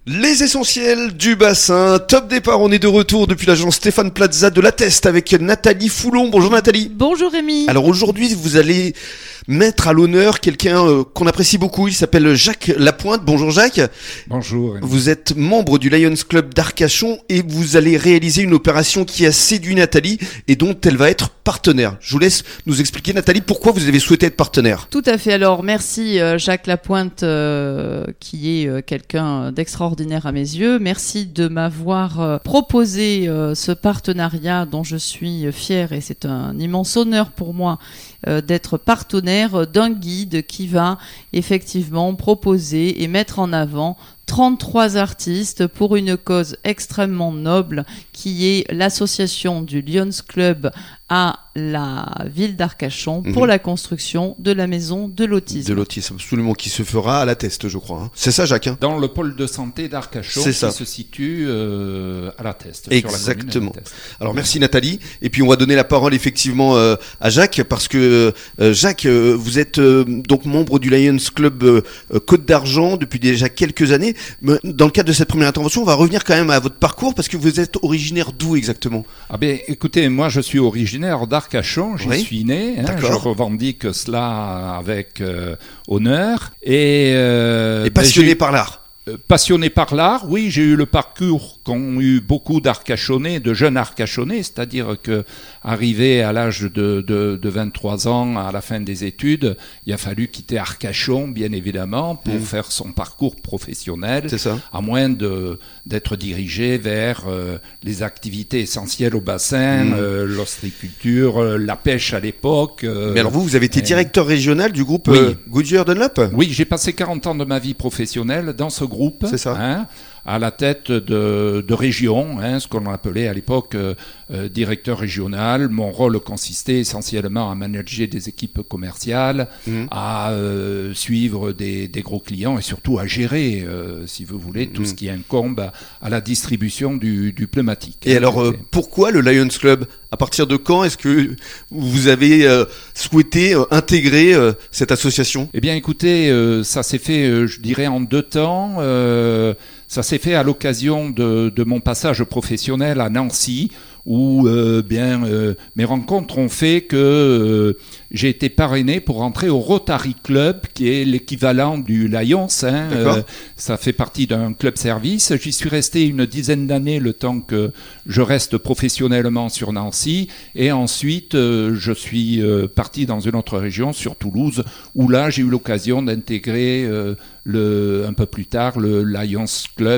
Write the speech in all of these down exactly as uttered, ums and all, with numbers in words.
Les essentiels du bassin, top départ, on est de retour depuis l'agence Stéphane Plaza de La Teste avec Nathalie Foulon. Bonjour Nathalie. Bonjour Rémi. Alors aujourd'hui vous allez mettre à l'honneur quelqu'un euh, qu'on apprécie beaucoup, il s'appelle Jacques Lapointe. Bonjour Jacques. Bonjour Rémi. Vous êtes membre du Lions Club d'Arcachon et vous allez réaliser une opération qui a séduit Nathalie et dont elle va être partenaire. Je vous laisse nous expliquer Nathalie pourquoi vous avez souhaité être partenaire. Tout à fait, alors merci euh, Jacques Lapointe euh, qui est euh, quelqu'un d'extraordinaire à mes yeux. Merci de m'avoir euh, proposé euh, ce partenariat dont je suis fière et c'est un immense honneur pour moi euh, d'être partenaire d'un guide qui va effectivement proposer et mettre en avant trente-trois artistes pour une cause extrêmement noble qui est l'association du Lions Club à la ville d'Arcachon pour mmh. la construction de la maison de l'autisme. De l'autisme, absolument, qui se fera à La Teste, je crois. Hein. C'est ça, Jacques hein Dans le pôle de santé d'Arcachon, qui ça. se situe euh, à La Teste. Exactement. Sur la Teste. Alors merci Nathalie. Et puis on va donner la parole effectivement euh, à Jacques parce que euh, Jacques, euh, vous êtes euh, donc membre du Lions Club euh, Côte d'Argent depuis déjà quelques années. Mais dans le cadre de cette première intervention, on va revenir quand même à votre parcours parce que vous êtes originaire d'où exactement ? Ah ben, écoutez, moi je suis originaire d'Arcachon, j'y oui. suis né, hein, je revendique cela avec euh, honneur. Et, euh, et passionné ben, par l'art. Passionné par l'art, oui, j'ai eu le parcours qu'ont eu beaucoup d'Arcachonnais, de jeunes Arcachonnais, c'est-à-dire que arrivé à l'âge de, de, de vingt-trois ans, à la fin des études, il a fallu quitter Arcachon, bien évidemment, pour mmh. faire son parcours professionnel, c'est ça. À moins de d'être dirigé vers euh, les activités essentielles au bassin, mmh. euh, l'ostréiculture, euh, la pêche à l'époque. Euh, Mais alors vous, vous avez été directeur régional du groupe oui. euh, Goodyear Dunlop ? Oui, j'ai passé quarante ans de ma vie professionnelle dans ce groupe. Groupe, c'est ça. Hein, à la tête de, de région, hein, ce qu'on appelait à l'époque euh, euh, directeur régional. Mon rôle consistait essentiellement à manager des équipes commerciales, mmh. à euh, suivre des, des gros clients et surtout à gérer, euh, si vous voulez, tout mmh. ce qui incombe à, à la distribution du, du pneumatique. Et hein, alors, euh, pourquoi le Lions Club ? À partir de quand est-ce que vous avez euh, souhaité euh, intégrer euh, cette association ? Eh bien, écoutez, euh, ça s'est fait, euh, je dirais, en deux temps. Euh, ça s'est fait à l'occasion de, de mon passage professionnel à Nancy, où euh, bien euh, mes rencontres ont fait que euh, j'ai été parrainé pour entrer au Rotary Club, qui est l'équivalent du Lions. Hein, euh, ça fait partie d'un club service. J'y suis resté une dizaine d'années, le temps que je reste professionnellement sur Nancy, et ensuite euh, je suis euh, parti dans une autre région, sur Toulouse, où là j'ai eu l'occasion d'intégrer euh, le, un peu plus tard le Lions Club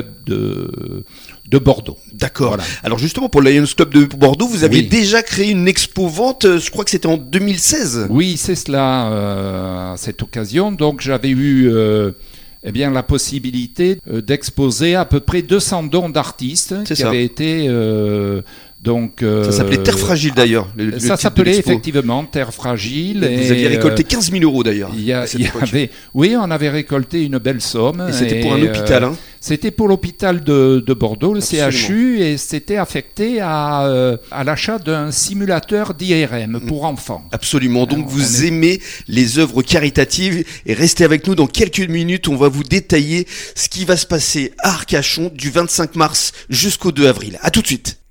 de de Bordeaux. D'accord. Voilà. Alors justement, pour le Lions Club de Bordeaux, vous avez oui. déjà créé une expo-vente, je crois que c'était en deux mille seize. Oui, c'est cela, euh, à cette occasion. Donc j'avais eu euh, eh bien, la possibilité euh, d'exposer à peu près deux cents dons d'artistes c'est qui ça. avaient été... Euh, Donc, euh, ça s'appelait Terre Fragile d'ailleurs. Le, le ça s'appelait effectivement Terre Fragile. Et vous aviez récolté quinze mille euros d'ailleurs. Il y a, il y avait, oui, on avait récolté une belle somme. Et c'était et pour un hôpital. Hein. C'était pour l'hôpital de, de Bordeaux, le Absolument. C H U, et c'était affecté à, euh, à l'achat d'un simulateur d'I R M pour enfants. Absolument. Donc Alors, vous aimez est... les œuvres caritatives et restez avec nous dans quelques minutes. On va vous détailler ce qui va se passer à Arcachon du vingt-cinq mars jusqu'au deux avril. À tout de suite.